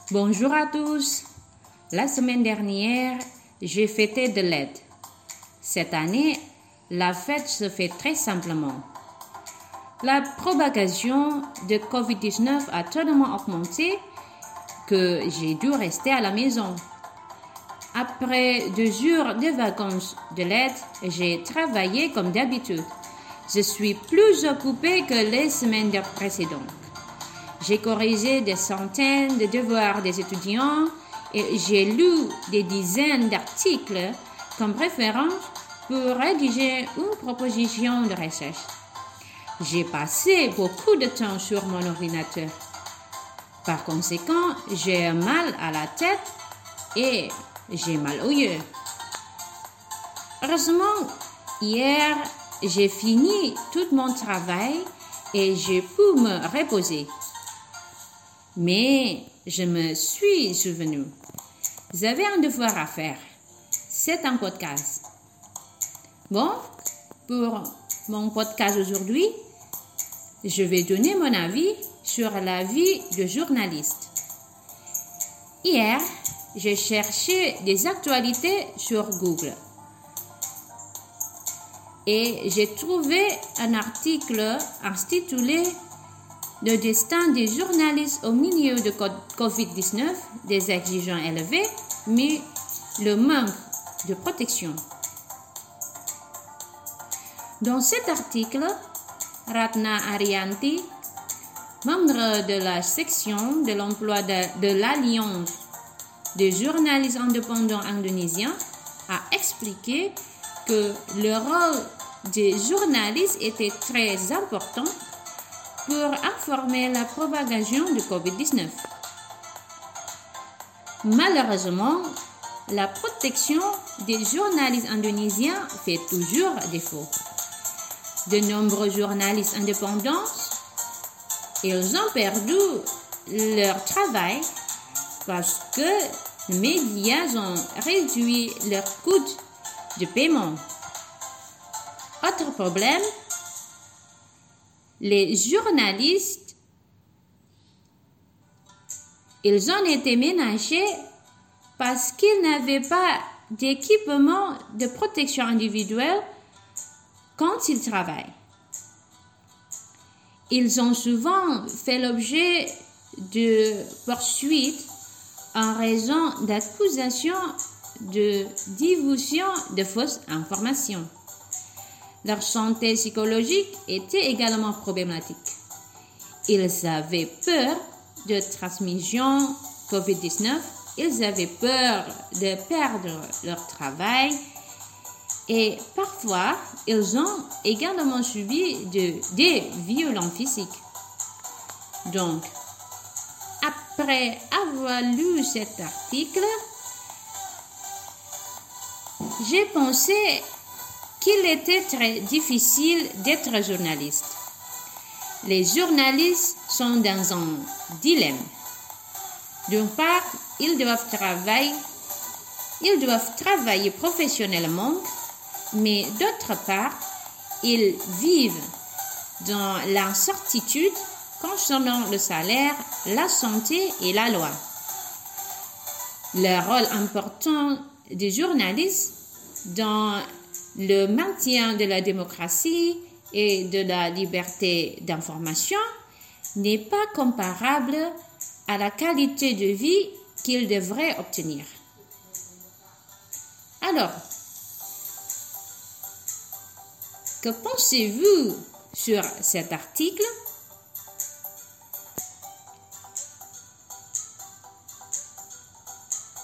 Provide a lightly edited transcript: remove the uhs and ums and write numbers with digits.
Bonjour à tous. La semaine dernière, j'ai fêté de l'Aide. Cette année, la fête se fait très simplement. La propagation de COVID-19 a tellement augmenté que j'ai dû rester à la maison. Après 2 jours de vacances de l'Aide, j'ai travaillé comme d'habitude. Je suis plus occupée que les semaines précédentes. J'ai corrigé des centaines de devoirs des étudiants et j'ai lu des dizaines d'articles comme référence pour rédiger une proposition de recherche. J'ai passé beaucoup de temps sur mon ordinateur. Par conséquent, j'ai mal à la tête et j'ai mal aux yeux. Heureusement, hier, j'ai fini tout mon travail et j'ai pu me reposer. Mais je me suis souvenu, j'avais un devoir à faire. C'est un podcast. Bon, pour mon podcast aujourd'hui, je vais donner mon avis sur la vie de journaliste. Hier, j'ai cherché des actualités sur Google et j'ai trouvé un article intitulé « Le destin des journalistes au milieu de COVID-19, des exigences élevées, mais le manque de protection ». Dans cet article, Ratna Ariyanti, membre de la section de l'emploi de l'Alliance des journalistes indépendants indonésiens, a expliqué que le rôle des journalistes était très important pour informer la propagation du COVID-19. Malheureusement, la protection des journalistes indonésiens fait toujours défaut. De nombreux journalistes indépendants, ils ont perdu leur travail parce que les médias ont réduit leurs coûts de paiement. Autre problème, les journalistes, ils ont été ménagés parce qu'ils n'avaient pas d'équipement de protection individuelle quand ils travaillent. Ils ont souvent fait l'objet de poursuites en raison d'accusations de diffusion de fausses informations. Leur santé psychologique était également problématique. Ils avaient peur de transmission COVID-19, ils avaient peur de perdre leur travail et parfois, ils ont également subi des violences physiques. Donc, après avoir lu cet article, j'ai pensé qu'il était très difficile d'être journaliste. Les journalistes sont dans un dilemme. D'une part, ils doivent travailler professionnellement, mais d'autre part, ils vivent dans l'incertitude concernant le salaire, la santé et la loi. Le rôle important des journalistes dans le maintien de la démocratie et de la liberté d'information n'est pas comparable à la qualité de vie qu'ils devraient obtenir. Alors, que pensez-vous sur cet article ?